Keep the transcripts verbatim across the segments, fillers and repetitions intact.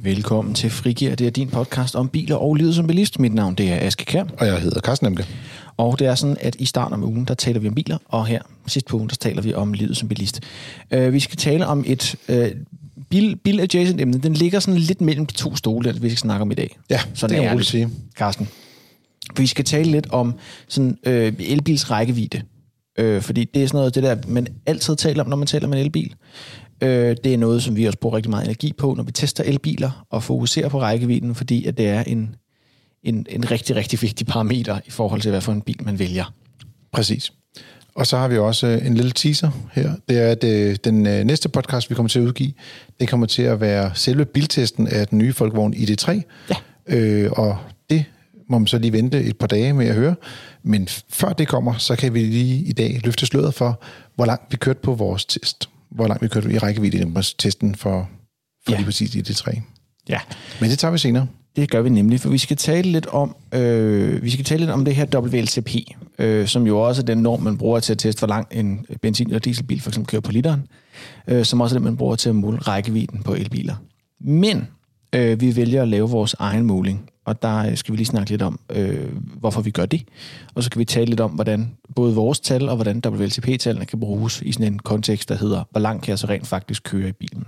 Velkommen til Frigir. Det er din podcast om biler og livet som bilist. Mit navn det er Aske Kjær. Og jeg hedder Carsten Emke. Og det er sådan, at i starten af ugen, der taler vi om biler, og her sidst på ugen, der taler vi om livet som bilist. Uh, vi skal tale om et uh, bil, bil-adjacent emne. Den ligger sådan lidt mellem de to stole, vi skal snakke om i dag. Ja, sådan det kan man sige. Carsten. For vi skal tale lidt om sådan uh, elbils rækkevidde. Uh, fordi det er sådan noget, det der, man altid taler om, når man taler om en elbil. Det er noget, som vi også bruger rigtig meget energi på, når vi tester elbiler og fokuserer på rækkevidden, fordi at det er en, en, en rigtig, rigtig vigtig parameter i forhold til, hvad for en bil man vælger. Præcis. Og så har vi også en lille teaser her. Det er, at den næste podcast, vi kommer til at udgive, det kommer til at være selve biltesten af den nye Volkswagen I D tre. Ja. Øh, og det må man så lige vente et par dage med at høre. Men før det kommer, så kan vi lige i dag løfte sløret for, hvor langt vi kørte på vores test. Hvor langt vi kørte i rækkevidde i testen for, for ja. lige præcis I D tre. Ja. Men det tager vi senere. Det gør vi nemlig, for vi skal tale lidt om, øh, vi skal tale lidt om det her W L T P, øh, som jo også er den norm, man bruger til at teste, hvor langt en benzin- eller dieselbil for eksempel kører på literen, øh, som også er den, man bruger til at måle rækkevidden på elbiler. Men øh, vi vælger at lave vores egen måling, og der skal vi lige snakke lidt om, øh, hvorfor vi gør det. Og så kan vi tale lidt om, hvordan både vores tal og hvordan W L T P-tallene kan bruges i sådan en kontekst, der hedder, hvor langt kan jeg så rent faktisk køre i bilen.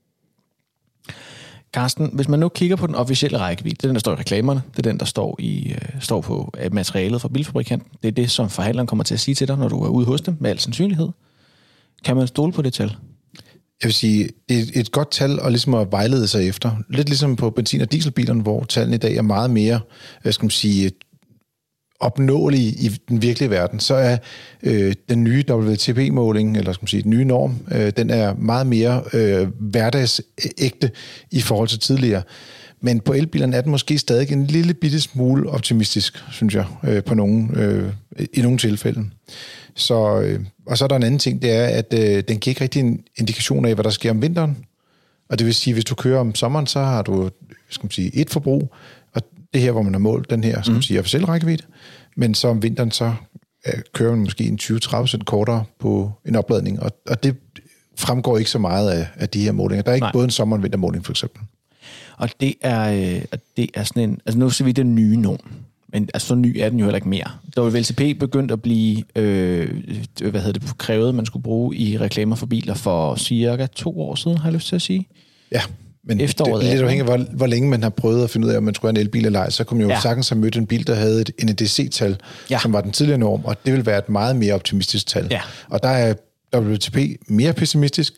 Carsten, hvis man nu kigger på den officielle rækkevidde, det er den, der står i reklamerne, det er den, der står, i, øh, står på materialet fra bilfabrikanten. Det er det, som forhandleren kommer til at sige til dig, når du er ude hos dem, med al sandsynlighed. Kan man stole på det tal? Jeg vil sige, det er et godt tal at, ligesom at vejlede sig efter. Lidt ligesom på benzin- og dieselbilerne, hvor tallene i dag er meget mere, hvad skal man sige, opnåelige i den virkelige verden, så er øh, den nye W L T P-måling, eller skal man sige, den nye norm, øh, den er meget mere øh, hverdagsægte i forhold til tidligere. Men på elbilerne er den måske stadig en lille bitte smule optimistisk, synes jeg, øh, på nogle, øh, i nogle tilfælde. Så, øh, og så er der en anden ting, det er, at øh, den giver ikke rigtig en indikation af, hvad der sker om vinteren. Og det vil sige, hvis du kører om sommeren, så har du, skal man sige, et forbrug, og det her, hvor man har målt den her, skal man sige, officielle rækkevidde. Men så om vinteren, så øh, kører man måske en tyve til tredive procent kortere på en opladning, og, og det fremgår ikke så meget af, af de her målinger. Der er ikke Nej. både en sommer- og en vintermåling, for eksempel. Og det er, øh, det er sådan en, altså nu ser vi den nye norm, men altså så ny er den jo heller ikke mere. W L T P begyndte at blive, øh, hvad hedder det, krævet, man skulle bruge i reklamer for biler for cirka to år siden, har jeg lyst til at sige. Ja, men efteråret det er lidt afhængigt af, hvor, hvor længe man har prøvet at finde ud af, om man skulle have en elbil eller ej. Så kunne man jo ja. sagtens have mødt en bil, der havde et N E D C-tal, ja. som var den tidligere norm, og det vil være et meget mere optimistisk tal. Ja. Og der er W L T P mere pessimistisk,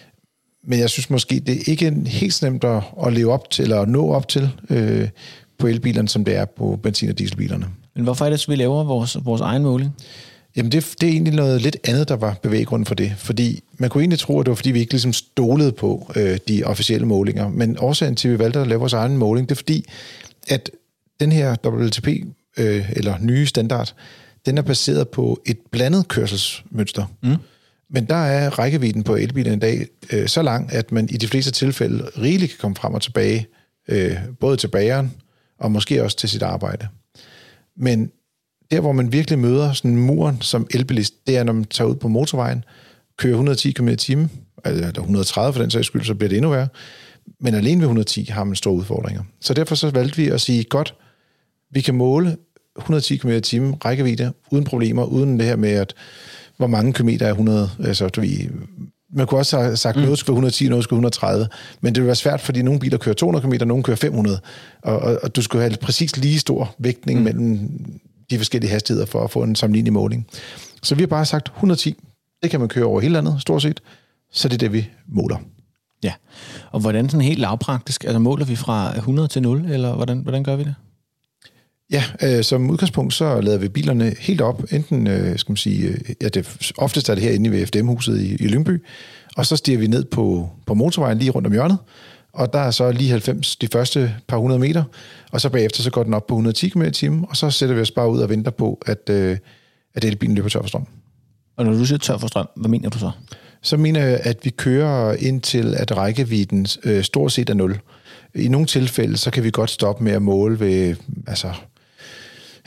men jeg synes måske, det er ikke helt så nemt at, at leve op til, eller at nå op til øh, på elbilerne, som det er på benzin- og dieselbilerne. Men hvorfor er det, så vi laver vores, vores egen måling? Jamen det, det er egentlig noget lidt andet, der var bevæggrunden for det. Fordi man kunne egentlig tro, at det var, fordi vi ikke ligesom stolede på øh, de officielle målinger. Men årsagen til, at vi valgte at lave vores egen måling, det er fordi, at den her W L T P, øh, eller nye standard, den er baseret på et blandet kørselsmønster. Mm. Men der er rækkevidden på elbilerne i dag øh, så lang, at man i de fleste tilfælde rigeligt kan komme frem og tilbage, øh, både til bageren og måske også til sit arbejde. Men der, hvor man virkelig møder sådan muren som elbilist, det er, når man tager ud på motorvejen, kører et hundrede og ti kilometer i timen, eller et hundrede og tredive for den sags skyld, så bliver det endnu værre. Men alene ved et hundrede og ti har man store udfordringer. Så derfor så valgte vi at sige, godt, vi kan måle et hundrede og ti kilometer i timen rækkevidde uden problemer, uden det her med, at hvor mange kilometer er hundrede, altså vi, man kunne også have sagt, at noget skulle være et hundrede og ti, noget skulle være et hundrede og tredive, men det vil være svært, fordi nogle biler kører to hundrede kilometer, nogle kører fem hundrede, og, og, og du skulle have præcis lige stor vægtning mm. mellem de forskellige hastigheder for at få en sammenlignelig måling. Så vi har bare sagt et hundrede og ti, det kan man køre over hele landet, stort set, så det er det, vi måler. Ja, og hvordan sådan helt lavpraktisk, altså måler vi fra hundrede til nul, eller hvordan, hvordan gør vi det? Ja, øh, som udgangspunkt, så lader vi bilerne helt op, enten, øh, skal man sige, øh, ja, det, oftest er det herinde ved F D M-huset i, i Lyngby, og så stiger vi ned på, på motorvejen lige rundt om hjørnet, og der er så lige halvfems de første par hundrede meter, og så bagefter så går den op på et hundrede og ti kilometer i timen, og så sætter vi os bare ud og venter på, at, øh, at elbilen løber tør for strøm. Og når du siger tør for strøm, hvad mener du så? Så mener jeg, at vi kører indtil, at rækkevidden øh, stort set er nul. I nogle tilfælde, så kan vi godt stoppe med at måle ved, altså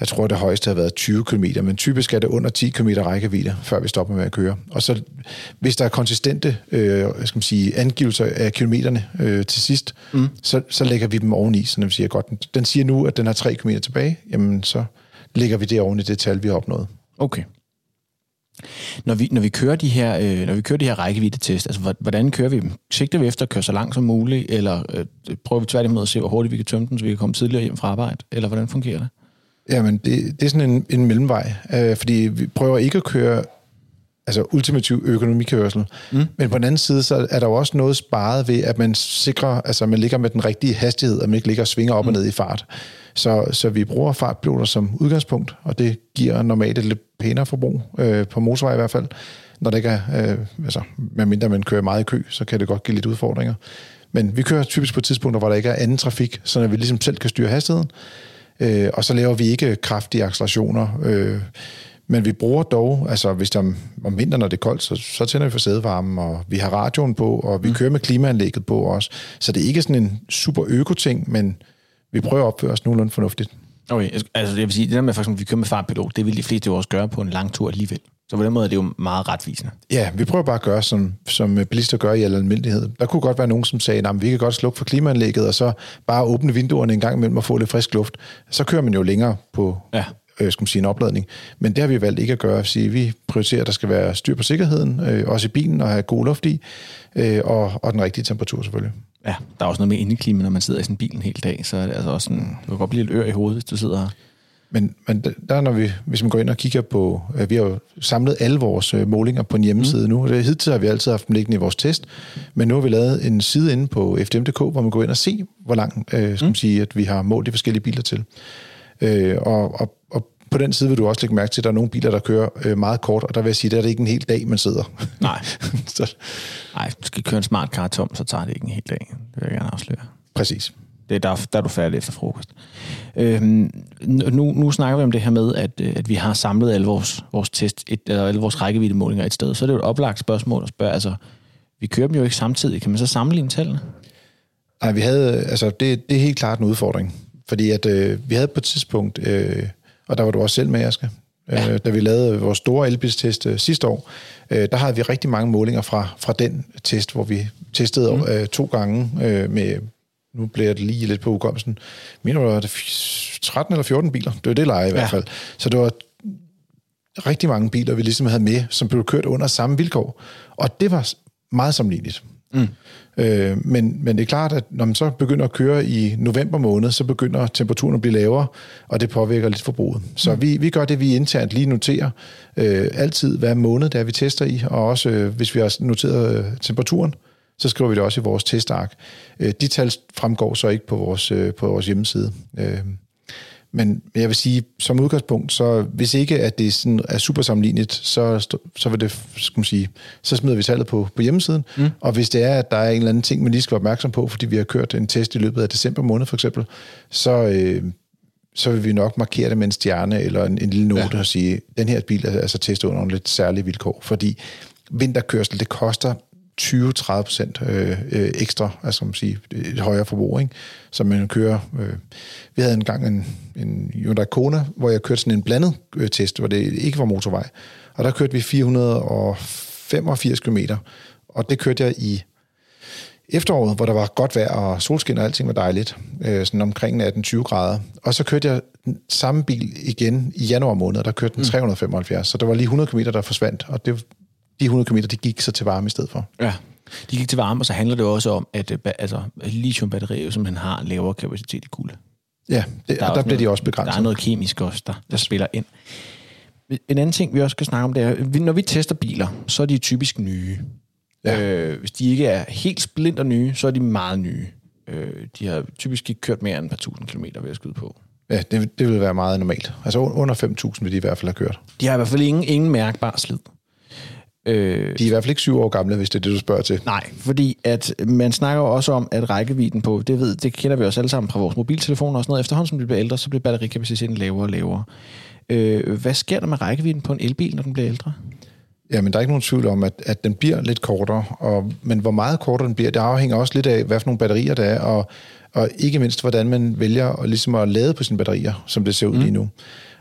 jeg tror, det højeste har været tyve kilometer, men typisk er det under ti kilometer rækkevidde, før vi stopper med at køre. Og så, hvis der er konsistente øh, skal man sige, angivelser af kilometerne øh, til sidst, mm. så, så lægger vi dem oveni, så vi siger, godt, den siger nu, at den har tre kilometer tilbage, jamen så lægger vi det oven i det tal, vi har opnået. Okay. Når vi, når vi kører de her, øh, når vi kører de her rækkevidde-test, altså hvordan kører vi dem? Sigter vi efter at køre så langt som muligt, eller øh, prøver vi tværtimod at se, hvor hurtigt vi kan tømme den, så vi kan komme tidligere hjem fra arbejde, eller hvordan fungerer det? Jamen, det, det er sådan en, en mellemvej, øh, fordi vi prøver ikke at køre altså ultimativ økonomikørsel, mm. men på den anden side, så er der jo også noget sparet ved, at man sikrer, altså man ligger med den rigtige hastighed, at man ikke ligger og svinger op mm. og ned i fart. Så, så vi bruger fartpiloter som udgangspunkt, og det giver normalt et lidt pænere forbrug, øh, på motorvej i hvert fald. Når det ikke er, øh, altså, medmindre man kører meget i kø, så kan det godt give lidt udfordringer. Men vi kører typisk på tidspunkter, hvor der ikke er anden trafik, så vi ligesom selv kan styre hastigheden. Øh, og så laver vi ikke kraftige accelerationer, øh, men vi bruger dog, altså hvis der om vinteren, når det er koldt, så, så tænder vi for sædevarmen, og vi har radioen på, og vi mm. kører med klimaanlægget på også. Så det er ikke sådan en super øko-ting, men vi prøver at opføre os nogenlunde fornuftigt. Okay, altså jeg vil sige, det der med, for eksempel, vi kører med fartpilot, det vil de fleste jo også gøre på en lang tur alligevel. Så på den måde er det jo meget retvisende. Ja, vi prøver bare at gøre, som, som bilister gør i al almindelighed. Der kunne godt være nogen, som sagde, at vi kan godt slukke for klimaanlægget, og så bare åbne vinduerne en gang imellem og få lidt frisk luft. Så kører man jo længere på ja. øh, skal man sige, en opladning. Men det har vi valgt ikke at gøre. At sige, vi prioriterer, at der skal være styr på sikkerheden, øh, også i bilen, og have god luft i, øh, og, og den rigtige temperatur selvfølgelig. Ja, der er også noget med indeklima, når man sidder i sådan en bil en hel dag, så er det altså også sådan, du kan godt blive lidt ør i hovedet, hvis du sidder her. Men, men der, når vi, hvis man går ind og kigger på, øh, vi har jo samlet alle vores øh, målinger på en hjemmeside mm. nu. Det, hidtil har vi altid haft dem liggende i vores test, men nu har vi lavet en side inde på F D M punktum d k, hvor man går ind og se, hvor langt øh, skal man sige, at vi har målt de forskellige biler til. Øh, og, og, og på den side vil du også lægge mærke til, at der er nogle biler, der kører øh, meget kort, og der vil jeg sige, at det er ikke en hel dag, man sidder. Nej. så. Nej, du skal køre en smart car tom, så tager det ikke en hel dag. Det vil jeg gerne afsløre. Præcis. Det er der, der er du færdig efter frokost. Øhm, nu, nu snakker vi om det her med, at, at vi har samlet alle vores, vores test, et, eller alle vores rækkeviddemålinger et sted. Så er det jo et oplagt spørgsmål at spørge, altså, vi kører dem jo ikke samtidig. Kan man så sammenligne tallene? Nej, vi havde, altså, det, det er helt klart en udfordring. Fordi at øh, vi havde på et tidspunkt, øh, og der var du også selv med, Aske, ja. øh, da vi lavede vores store elbilstest øh, sidste år, øh, der havde vi rigtig mange målinger fra, fra den test, hvor vi testede mm. øh, to gange øh, med... Nu bliver det lige lidt på udkommelsen. Mener du, at det tretten eller fjorten biler? Det var det leje i ja. hvert fald. Så det var rigtig mange biler, vi ligesom havde med, som blev kørt under samme vilkår. Og det var meget sammenligneligt. Mm. Øh, men, men det er klart, at når man så begynder at køre i november måned, så begynder temperaturen at blive lavere, og det påvirker lidt forbruget. Så mm. vi, vi gør det, vi internt lige noterer øh, altid hver måned, der vi tester i, og også øh, hvis vi har noteret øh, temperaturen, så skriver vi det også i vores testark. De tal fremgår så ikke på vores, på vores hjemmeside. Men jeg vil sige, som udgangspunkt, så hvis ikke at det sådan er super sammenlignet, så, så vil det, skal man sige, så smider vi tallet på, på hjemmesiden. Mm. Og hvis det er, at der er en eller anden ting, man lige skal være opmærksom på, fordi vi har kørt en test i løbet af december måned for eksempel, så, øh, så vil vi nok markere det med en stjerne eller en, en lille note ja. og sige, den her bil er altså testet under nogle lidt særlige vilkår, fordi vinterkørsel, det koster tyve til tredive procent øh, øh, ekstra, altså man sige, et højere forbrug, ikke? Så man kører... Øh, vi havde engang en, en Hyundai Kona, hvor jeg kørte sådan en blandet øh, test, hvor det ikke var motorvej. Og der kørte vi fire hundrede og femogfirs kilometer, og det kørte jeg i efteråret, hvor der var godt vejr og solskin, og alting var dejligt, øh, sådan omkring atten til tyve grader. Og så kørte jeg den samme bil igen i januar måned, og der kørte den tre hundrede og femoghalvfjerds, så der var lige hundrede kilometer, der forsvandt, og det de hundrede kilometer, de gik så til varme i stedet for. Ja, de gik til varme, og så handler det også om, at altså, lithiumbatterier simpelthen har lavere kapacitet i kulde. Ja, det, der, og der bliver noget, de også begrænset. Der er noget kemisk også, der, der spiller ind. En anden ting, vi også skal snakke om, det er, når vi tester biler, så er de typisk nye. Ja. Øh, hvis de ikke er helt splinter nye, så er de meget nye. Øh, de har typisk ikke kørt mere end et par tusind kilometer, vil jeg skyde på. Ja, det, det vil være meget normalt. Altså under fem tusind vil de i hvert fald have kørt. De har i hvert fald ingen, ingen mærkbar slid. Øh, de er i hvert fald ikke syv år gamle, hvis det er det, du spørger til. Nej, fordi at man snakker også om, at rækkevidden på, det ved, det kender vi også alle sammen fra vores mobiltelefoner og sådan noget. Efterhånden som de bliver ældre, så bliver batterikapaciteten lavere og lavere. Øh, hvad sker der med rækkevidden på en elbil, når den bliver ældre? Jamen, der er ikke nogen tvivl om, at, at den bliver lidt kortere, og, men hvor meget kortere den bliver, det afhænger også lidt af, hvad for nogle batterier der er, og, og ikke mindst, hvordan man vælger at, ligesom at lade på sine batterier, som det ser ud mm. lige nu.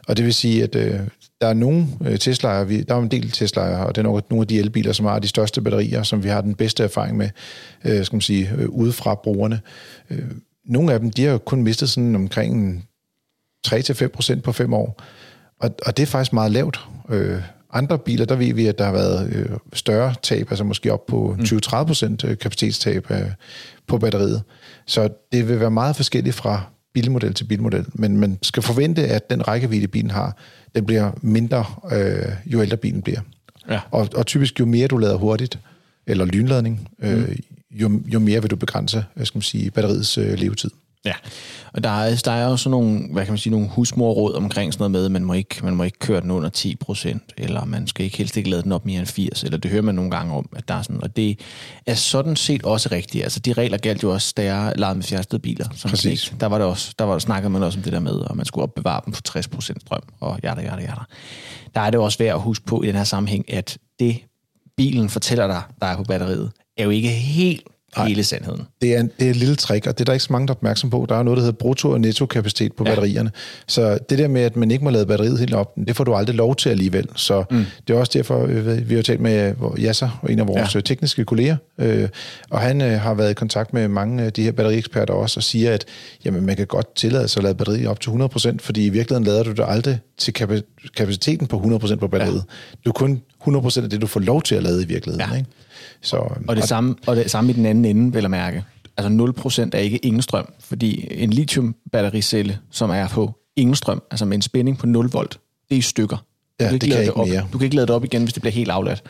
Og det vil sige, at øh, der er nogle øh, Tesla'er, vi, der er en del Tesla'er, og det er nogle, nogle af de elbiler, som har de største batterier, som vi har den bedste erfaring med, øh, skal man sige, øh, ude fra brugerne. Øh, nogle af dem, de har jo kun mistet sådan omkring tre til fem procent på fem år, og, og det er faktisk meget lavt. Øh, andre biler, der ved vi, at der har været øh, større tab, altså måske op på tyve til tredive procent kapacitetstab øh, på batteriet. Så det vil være meget forskelligt fra bilmodel til bilmodel, men man skal forvente, at den rækkevidde, bilen har, den bliver mindre, øh, jo ældre bilen bliver. Ja. Og, og typisk, jo mere du lader hurtigt, eller lynladning, øh, mm. jo, jo mere vil du begrænse, skal man sige, batteriets øh, levetid. Ja, og der er, der er jo sådan nogle, hvad kan man sige, nogle husmorråd omkring sådan noget med, at man må ikke, man må ikke køre den under ti procent, eller man skal ikke helst ikke lade den op mere end firs, eller det hører man nogle gange om, at der er sådan, og det er sådan set også rigtigt. Altså de regler galt jo også, da jeg lavede med fjernstyrede biler. Præcis. Der var det også, der var der snakkede man også om det der med, at man skulle opbevare dem på tres procent strøm, og jada, jada, jada. Der er det også værd at huske på i den her sammenhæng, at det bilen fortæller dig, der er på batteriet, er jo ikke helt Nej, hele sandheden. Det er, det er et lille trick, og det er der ikke så mange, der er opmærksom på. Der er noget, der hedder brutto- og netto-kapacitet på ja. batterierne. Så det der med, at man ikke må lade batteriet helt op, det får du aldrig lov til alligevel. Så mm. det er også derfor, vi har talt med Yasser, en af vores ja. tekniske kolleger, øh, og han øh, har været i kontakt med mange af de her batterieksperter også, og siger, at jamen, man kan godt tillade sig at lade batteriet op til hundrede procent, fordi i virkeligheden lader du det aldrig til kapaciteten på hundrede procent på batteriet. Ja. Du er kun hundrede procent af det, du får lov til at lade i virkeligheden, ja. ikke? Så, og, det samme, og det samme i den anden ende, vil jeg mærke. Altså nul procent er ikke ingen strøm, fordi en lithium-battericelle, som er på ingen strøm, altså med en spænding på nul volt, det er i stykker. Du ja, kan ikke det kan lade ikke det op. mere. Du kan ikke lade det op igen, hvis det bliver helt afladt.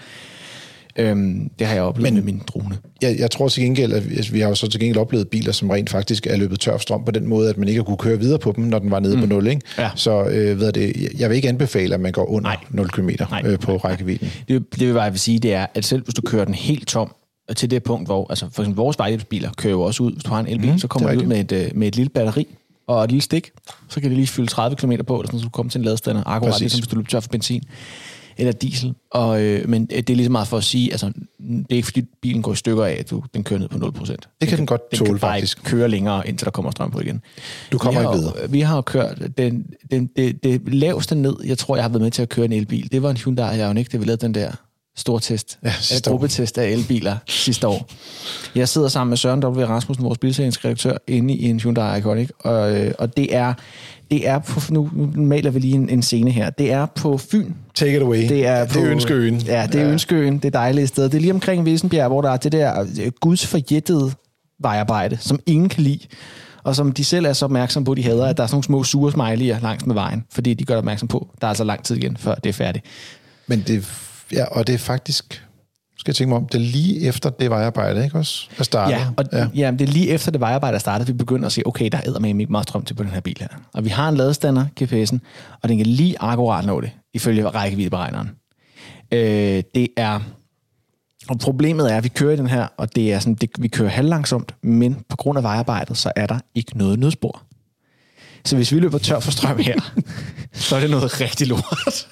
Øhm, det har jeg oplevet Men, med min drone. Jeg, jeg tror til gengæld, at vi har jo så til gengæld oplevet biler, som rent faktisk er løbet tør for strøm på den måde, at man ikke har kunne køre videre på dem, når den var nede mm. på nul. Ikke? Ja. Så øh, ved det, jeg vil ikke anbefale, at man går under Nej. nul kilometer øh, på rækkevidden. Det, det vil jeg vil sige, det er, at selv hvis du kører den helt tom, til det punkt, hvor altså for eksempel vores vejhjælpsbiler kører jo også ud, hvis du har en elbil, mm, så kommer du ud med et, med et lille batteri og et lille stik, så kan det lige fylde tredive kilometer på, eller sådan, så du kommer til en ladestander, akkurat Præcis. Ligesom hvis du løber tør for benzin eller diesel. Og, øh, men det er lige så meget for at sige, altså det er ikke fordi bilen går i stykker af, at du, den kører ned på nul procent. Det kan den, den godt tåle, den kan faktisk. Bare køre længere, indtil der kommer strøm på igen. Du kommer ikke videre. Vi har jo kørt den, den, det, det laveste ned, jeg tror, jeg har været med til at køre en elbil. Det var en Hyundai Ioniq, det vi lavede den der stor test, ja, en gruppetest af elbiler sidste år. Jeg sidder sammen med Søren W. Rasmussen, vores bilserviceredaktør, inde i en Hyundai Ioniq, og, og det er, det er på, nu maler vi lige en, en scene her, det er på Fyn. Take it away. Det er, på, det er Ønskeøen. Ja, det er ja. Ønskeøen, det dejlige sted. Det er lige omkring Vissenbjerg, hvor der er det der gudsforjættede vejarbejde, som ingen kan lide, og som de selv er så opmærksomme på, de hader, at der er sådan nogle små sure smiley'er langs med vejen, fordi de gør opmærksom på, der er altså lang tid igen, før det er færdigt. Men det Ja, og det er faktisk, skal jeg tænke mig om, det er lige efter det vejarbejde, ikke også? Der starter. Ja, og ja. ja, det er lige efter det vejarbejde, der starter, vi begynder at sige, okay, der æder med ikke meget strøm til på den her bil her. Og vi har en ladestander, G P S'en, og den kan lige akkurat nå det, ifølge rækkeviddeberegneren. Øh, det er, og problemet er, at vi kører i den her, og det er sådan, det, vi kører halvlangsomt, men på grund af vejarbejdet, så er der ikke noget nødspor. Så hvis vi løber tør for strøm her, så er det noget rigtig lort.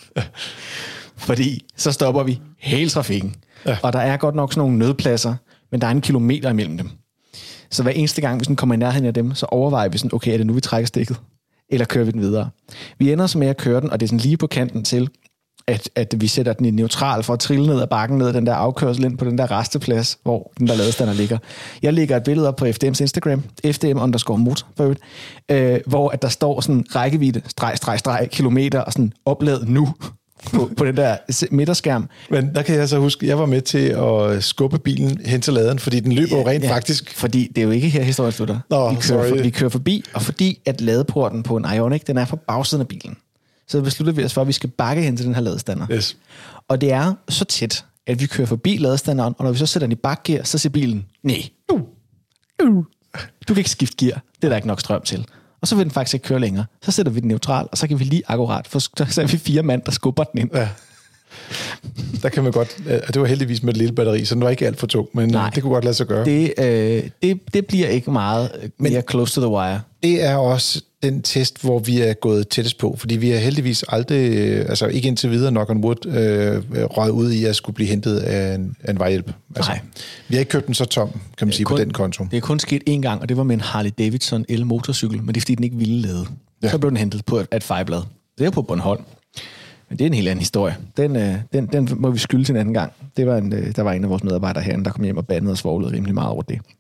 Fordi så stopper vi hele trafikken. Ja. Og der er godt nok sådan nogle nødpladser, men der er en kilometer imellem dem. Så hver eneste gang, hvis den kommer i nærheden af dem, så overvejer vi sådan, okay, er det nu, vi trækker stikket? Eller kører vi den videre? Vi ender så med at køre den, og det er sådan lige på kanten til, at, at vi sætter den i neutral for at trille ned ad bakken, ned ad den der afkørsel ind på den der resteplads, hvor den der ladestander ligger. Jeg lægger et billede op på F D M's Instagram, F D M underscore motor, for øvrigt, øh, hvor at der står sådan rækkevidde, streg, streg, streg, kilometer, og sådan oplad nu. På, på den der midterskærm. Men der kan jeg så huske, jeg var med til at skubbe bilen hen til laden, fordi den løber jo rent ja, faktisk. Fordi det er jo ikke her historien slutter. Nå, vi, kører for, vi kører forbi, og fordi at ladeporten på en Ioniq, den er på bagsiden af bilen, så beslutter vi os for, at vi skal bakke hen til den her ladestander. Yes. Og det er så tæt, at vi kører forbi ladestanderen, og når vi så sætter den i bakgear, så siger bilen, nej, uh, uh, du kan ikke skifte gear, det er der ikke nok strøm til. Og så vil den faktisk ikke køre længere. Så sætter vi den neutral, og så kan vi lige akkurat, for så er vi fire mand, der skubber den ind. Ja. Der kan man godt, det var heldigvis med et lille batteri, så den var ikke alt for tung, men Nej, det kunne godt lade sig gøre. Det, øh, det, det bliver ikke meget mere men close to the wire. Det er også den test, hvor vi er gået tættest på, fordi vi har heldigvis aldrig, altså ikke indtil videre nok on wood, øh, røget ud i at skulle blive hentet af en, af en vejhjælp. Altså, Nej. Vi har ikke købt den så tom, kan man sige, kun, på den konto. Det er kun sket én gang, og det var med en Harley Davidson el-motorcykel, men det er fordi, den ikke ville lade. Ja. Så blev den hentet på et, et fejlblad. Det er på Bornholm. Men det er en helt anden historie. Den, øh, den, den må vi skylde til en anden gang. Det var en, øh, der var en af vores medarbejdere herinde, der kom hjem og bandede og svoglede rimelig meget over det.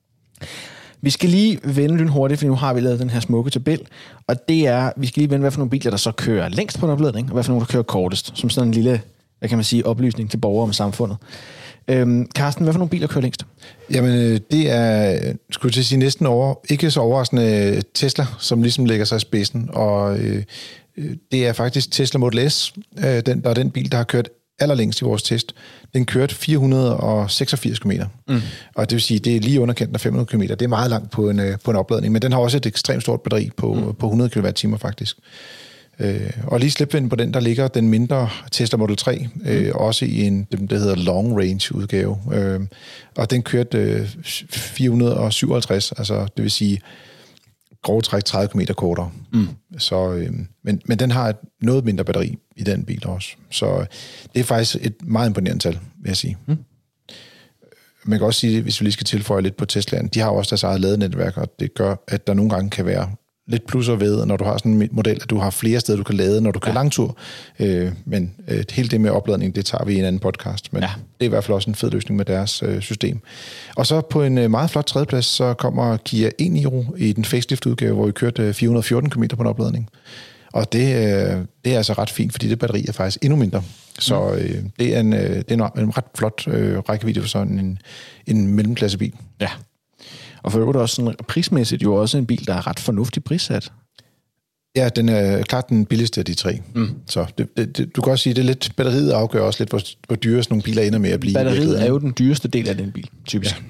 Vi skal lige vende lynhurtigt, for nu har vi lavet den her smukke tabel, og det er, vi skal lige vende, hvad for nogle biler, der så kører længst på en opladning, og hvad for nogle, der kører kortest, som sådan en lille, hvad kan man sige, oplysning til borgere om samfundet. Øhm, Carsten, hvad for nogle biler kører længst? Jamen, det er, skulle jeg sige, næsten over, ikke så overraskende Tesla, som ligesom lægger sig i spidsen, og øh, det er faktisk Tesla Model S, øh, den, der er den bil, der har kørt allerlængst i vores test. Den kørte fire hundrede og seksogfirs kilometer. Mm. Og det vil sige, det er lige underkendt af fem hundrede kilometer. Det er meget langt på en, på en opladning, men den har også et ekstremt stort batteri på, mm. på hundrede kilowatt-timer faktisk. Øh, og lige slipvinden på den, der ligger den mindre Tesla Model tre, øh, mm. også i en, det der hedder long range udgave. Øh, og den kørte øh, fire hundrede og syvoghalvtreds, altså det vil sige grove træk tredive kilometer kortere. Mm. Så, øh, men, men den har et noget mindre batteri i den bil også. Så det er faktisk et meget imponerende tal, vil jeg sige. Mm. Man kan også sige, hvis vi lige skal tilføje lidt på Teslaen, de har også deres eget ladenetværk, og det gør, at der nogle gange kan være lidt plusser ved, når du har sådan en model, at du har flere steder, du kan lade, når du kører ja. langtur. Øh, men øh, helt det med opladning, det tager vi i en anden podcast. Men ja. det er i hvert fald også en fed løsning med deres øh, system. Og så på en øh, meget flot tredjeplads, så kommer Kia e-Niro i den facelift-udgave, hvor vi kørte fire hundrede og fjorten kilometer på en opladning. Og det, øh, det er altså ret fint, fordi det batteri er faktisk endnu mindre. Så øh, det er en, øh, det er en, en ret flot øh, rækkevidde for sådan en, en mellemklassebil. Ja. Og for øvrigt også sådan prismæssigt jo også en bil, der er ret fornuftig prissat. Ja, den er klart den billigste af de tre. Mm. Så det, det, det, du kan også sige, det er lidt, batteriet afgør også lidt, hvor, hvor dyre sådan nogle biler ender med at blive. Batteriet er jo den dyreste del af den bil, typisk.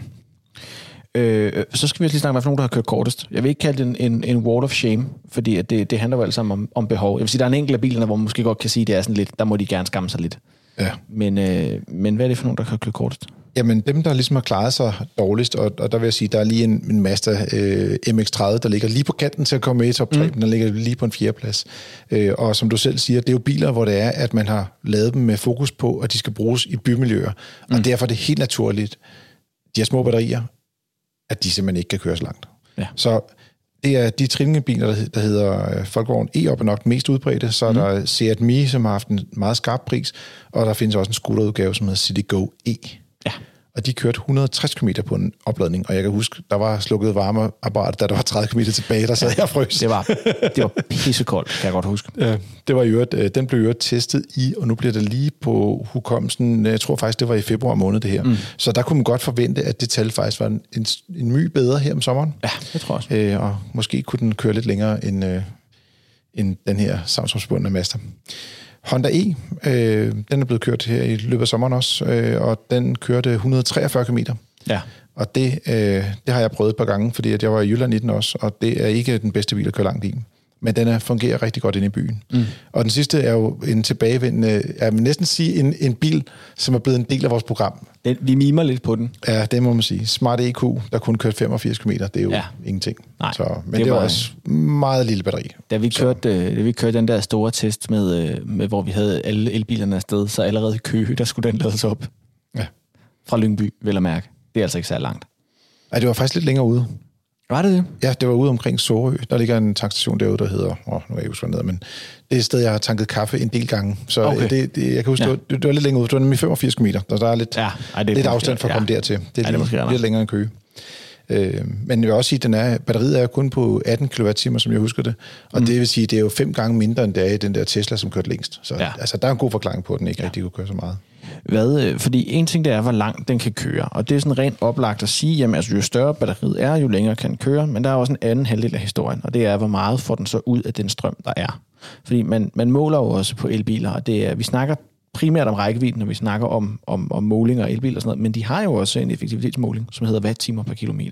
Ja. Øh, så skal vi også lige snakke med nogen, der har kørt kortest. Jeg vil ikke kalde det en, en, en wall of shame, fordi at det, det handler jo alt sammen om, om behov. Jeg vil sige, der er en enkelt af bilerne, hvor man måske godt kan sige, at det er sådan lidt, der må de gerne skamme sig lidt. Ja. Men, øh, men hvad er det for nogen, der har kørt kortest? Jamen, dem, der ligesom har klaret sig dårligst, og, og der vil jeg sige, der er lige en, en Mazda øh, M X tredive, der ligger lige på kanten til at komme med i top tre, mm. den ligger lige på en fjerdeplads. Øh, og som du selv siger, det er jo biler, hvor det er, at man har lavet dem med fokus på, at de skal bruges i bymiljøer. Mm. Og derfor er det helt naturligt, de her små batterier, at de simpelthen ikke kan køre så langt. Ja. Så det er de trillingebiler, der hedder Volkswagen e-up er nok mest udbredte. Så er mm. der Seat Mii, som har haft en meget skarp pris, og der findes også en scooterudgave, som hedder City Go E. Ja. Og de kørte et hundrede og tres kilometer på en opladning, og jeg kan huske, der var slukket varmeapparat, da der var tredive kilometer tilbage, der sad jeg og frøs. Det var, det var pissekoldt, kan jeg godt huske. Ja, det var i øvrigt, den blev i øvrigt testet i, og nu bliver det lige på hukommelsen, jeg tror faktisk, det var i februar måned det her. Mm. Så der kunne man godt forvente, at det tal faktisk var en, en, en my bedre her om sommeren. Ja, det tror jeg også. Øh, og måske kunne den køre lidt længere end, øh, end den her samfundsbundne Mazda. Honda E, øh, den er blevet kørt her i løbet af sommeren også, øh, og den kørte et hundrede og treogfyrre kilometer. Ja. Og det, øh, det har jeg prøvet et par gange, fordi at jeg var i Jylland i den også, og det er ikke den bedste bil at køre langt i. Men den er, fungerer rigtig godt inde i byen. Mm. Og den sidste er jo en tilbagevendende, jeg vil næsten sige en, en bil, som er blevet en del af vores program. Den, vi mimer lidt på den. Ja, det må man sige. Smart E Q, der kun kørte femogfirs kilometer, det er jo ja. ingenting. Nej, så, men det, det var også meget lille batteri. Da vi kørte, da vi kørte den der store test, med, med, hvor vi havde alle elbilerne afsted, så allerede i Køge, der skulle den lades op. Ja. Fra Lyngby, vel at mærke. Det er altså ikke så langt. Nej, det var faktisk lidt længere ude. Var det det? Ja, det var ude omkring Sorø. Der ligger en tankstation derude, der hedder... Åh, nu kan jeg ikke huske, hvad den hedder, men det er et sted, jeg har tanket kaffe en del gange. Så okay. det, det, jeg kan huske, ja. det, var, det var lidt længere ude. Det var nemlig femogfirs kilometer. Der er lidt, ja. Ej, det er lidt afstand for at komme ja. dertil. Det er, Ej, det er lidt længere end Køge. Øh, men jeg vil også sige, at den er, batteriet er kun på atten kilowatt-timer, som jeg husker det. Og mm. det vil sige, at det er jo fem gange mindre, end det er i den der Tesla, som kørte længst. Så ja. altså, der er en god forklaring på, at den ikke ja. rigtig kunne køre så meget. Hvad, fordi en ting, det er, hvor langt den kan køre. Og det er sådan rent oplagt at sige, jamen altså, jo større batteriet er, jo længere kan den køre. Men der er også en anden halvdel af historien, og det er, hvor meget får den så ud af den strøm, der er. Fordi man, man måler jo også på elbiler, og det er, vi snakker primært om rækkevidden, når vi snakker om, om, om målinger af elbiler og sådan noget, men de har jo også en effektivitetsmåling, som hedder watt-timer per kilometer.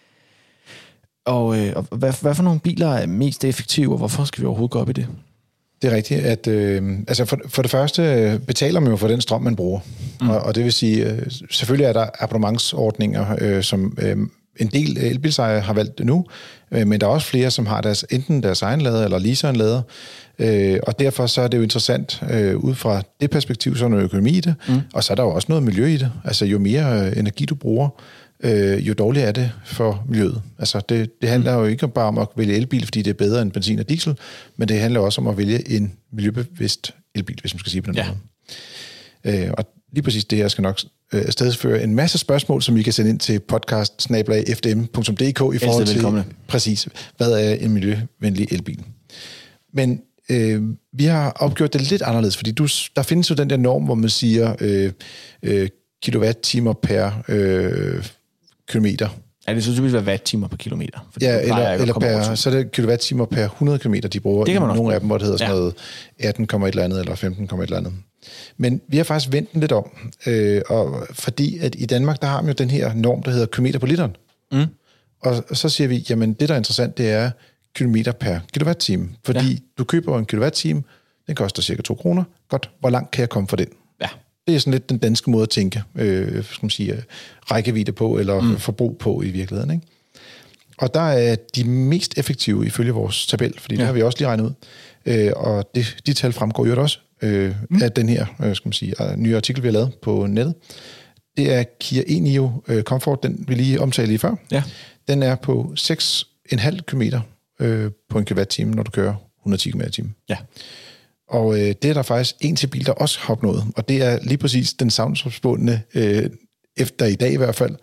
Og, øh, og hvad, hvad for nogle biler er mest effektive, og hvorfor skal vi overhovedet gå op i det? Det er rigtigt, at øh, altså for, for det første øh, betaler man jo for den strøm, man bruger. Mm. Og, og det vil sige, øh, selvfølgelig er der abonnementsordninger, øh, som øh, en del elbilsejere har valgt nu, øh, men der er også flere, som har deres, enten deres egen lader eller leaser en lader. Øh, og derfor så er det jo interessant øh, ud fra det perspektiv, så er der økonomi i det, mm. og så er der jo også noget miljø i det. Altså jo mere øh, energi du bruger, øh, jo dårligere er det for miljøet. Altså det, det handler mm. jo ikke bare om at vælge elbil, fordi det er bedre end benzin og diesel, men det handler også om at vælge en miljøbevidst elbil, hvis man skal sige på den ja. måde. Øh, og lige præcis det her skal nok øh, afstedføre en masse spørgsmål, som I kan sende ind til podcast snabel-a f d m punktum d k i forhold til præcis, hvad er en miljøvenlig elbil. Men øh, vi har opgjort det lidt anderledes, fordi du, der findes jo den der norm, hvor man siger øh, øh, kilowatt-timer per øh, kilometer. Ja, det så typisk være watt-timer per kilometer. Ja, eller, eller per, så er det kilowatt-timer per hundrede kilometer, de bruger. Det kan man nogle af dem, hvor det hedder sådan ja. noget atten komma et eller andet, eller femten komma et eller andet. Men vi har faktisk vendt den lidt om, øh, og fordi at i Danmark, der har vi jo den her norm, der hedder kilometer på literen. Mm. Og så siger vi, jamen det, der er interessant, det er kilometer per kilowatt-time. Fordi ja. du køber en kilowatt-time, den koster cirka to kroner. Godt, hvor langt kan jeg komme for den? Ja. Det er sådan lidt den danske måde at tænke, øh, skal man sige, rækkevidde på, eller mm. forbrug på i virkeligheden. Ikke? Og der er de mest effektive ifølge vores tabel, fordi ja. det har vi også lige regnet ud. Øh, og det, de tal fremgår jo også øh, mm. af den her øh, skal man sige, nye artikel, vi har lavet på nettet. Det er Kia e-Nio øh, Comfort, den vi lige omtalte lige før. Ja. Den er på seks komma fem kilometer øh, på en kilowatt-time, når du kører hundrede og ti kilometer i timen. Ja. Og øh, det er der faktisk en til bil, der også har opnået, og det er lige præcis den savnsopspundne, øh, efter i dag i hvert fald,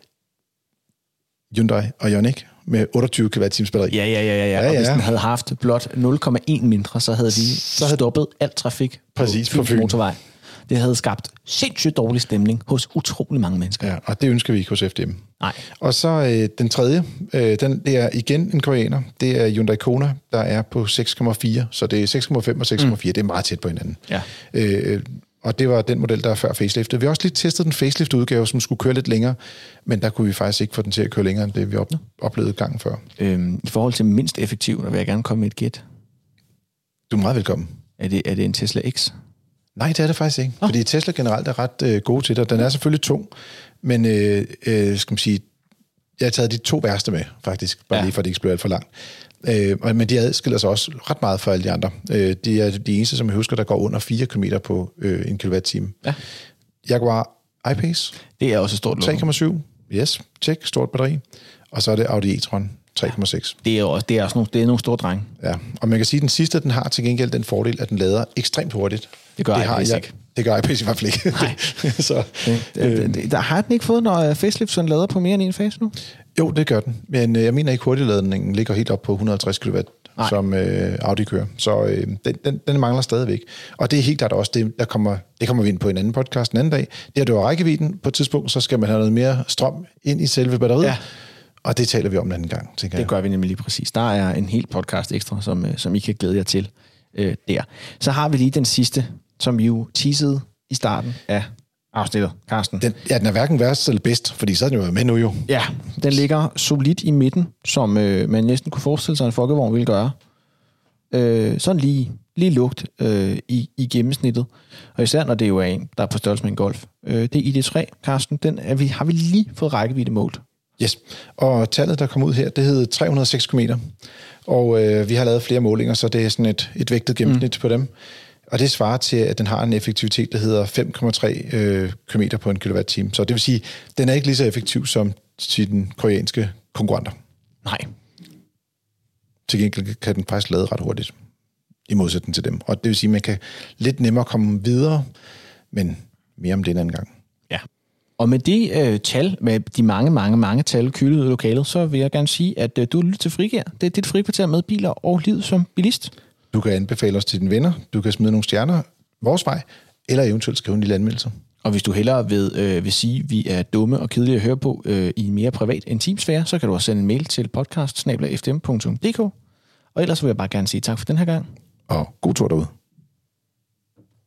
Hyundai Ioniq med otteogtyve kilowatt-times batteri. Ja, ja, ja, ja, ja. Og ja, hvis den havde haft blot nul komma en mindre, så havde de så havde stoppet alt trafik præcis, på Fyns motorvej. Det havde skabt sindssygt dårlig stemning hos utrolig mange mennesker. Ja, og det ønsker vi ikke hos F D M. Nej. Og så øh, den tredje, øh, den, det er igen en koreaner. Det er Hyundai Kona, der er på seks komma fire. Så det er seks komma fem og seks komma fire. Mm. Det er meget tæt på hinanden. Ja. Øh, og det var den model, der er før faceliftet. Vi har også lige testet den facelift-udgave, som skulle køre lidt længere, men der kunne vi faktisk ikke få den til at køre længere, end det vi op- oplevede gangen før. Øhm, I forhold til mindst effektiv, der vil jeg gerne komme med et gæt. Du er meget velkommen. Er det, er det en Tesla X? Nej, det er det faktisk ikke. Oh. Fordi Tesla generelt er ret øh, gode til det. Den er selvfølgelig tung, men øh, øh, skal man sige, jeg har taget de to værste med, faktisk, bare ja. lige for, at det ikke bliver alt for langt. Øh, men de adskiller sig også ret meget fra alle de andre. Øh, de er de eneste, som jeg husker, der går under fire kilometer på øh, en kilowatt-time. Ja. Jaguar I-Pace. Det er også et stort logo. tre komma syv. Yes, tjek, stort batteri. Og så er det Audi e-tron. tre komma seks. Ja, det er også, det er også nogle, det er nogle store drenge. Ja, og man kan sige, at den sidste, den har til gengæld den fordel, at den lader ekstremt hurtigt. Det gør det I-Pace ikke. Det gør I-Pace i hvert fald ikke. Nej. så, det, det, det, der har den ikke fået, når facelift sådan lader på mere end en fase nu? Jo, det gør den. Men øh, jeg mener ikke, hurtigladningen ligger helt op på et hundrede og halvtreds kilowatt, Nej. som øh, Audi kører. Så øh, den, den, den mangler stadigvæk. Og det er helt klart også det, der kommer, det kommer vi ind på en anden podcast en anden dag. Det er, du har rækkevidden på et tidspunkt, så skal man have noget mere strøm ind i selve batteriet. Ja. Og det taler vi om en anden gang, tænker jeg. Det gør vi nemlig lige præcis. Der er en hel podcast ekstra, som, som I kan glæde jer til øh, der. Så har vi lige den sidste, som vi jo teasede i starten af afsnittet, Carsten. Den, ja, den er hverken værst eller bedst, fordi så er den jo med nu jo. Ja, den ligger solidt i midten, som øh, man næsten kunne forestille sig, en folkevogn ville gøre. Øh, sådan lige, lige lugt øh, i, i gennemsnittet. Og især når det jo er en, der er på størrelse med en Golf. Øh, det er I D tre, Carsten. Den er vi, har vi lige fået rækkevidde målt. Yes, og tallet, der kom ud her, det hed tre hundrede og seks kilometer. Og øh, vi har lavet flere målinger, så det er sådan et, et vægtet gennemsnit mm. på dem. Og det svarer til, at den har en effektivitet, der hedder fem komma tre øh, kilometer på en kilowatt-time. Så det vil sige, den er ikke lige så effektiv som den koreanske konkurrenter. Nej. Til gengæld kan den faktisk lade ret hurtigt, i modsætning til dem. Og det vil sige, at man kan lidt nemmere komme videre, men mere om det en anden gang. Ja. Og med det øh, tal, med de mange, mange, mange tal kyldet ud i lokalet, så vil jeg gerne sige, at øh, du lytter til Frigær. Det er dit frikvarter med biler og livet som bilist. Du kan anbefale os til dine venner, du kan smide nogle stjerner vores vej, eller eventuelt skrive en lille anmeldelse. Og hvis du hellere vil, øh, vil sige, at vi er dumme og kedelige at høre på øh, i en mere privat intimsfære, så kan du også sende en mail til podcast snabel-a f d m punktum d k. Og ellers vil jeg bare gerne sige tak for den her gang. Og god tur derude.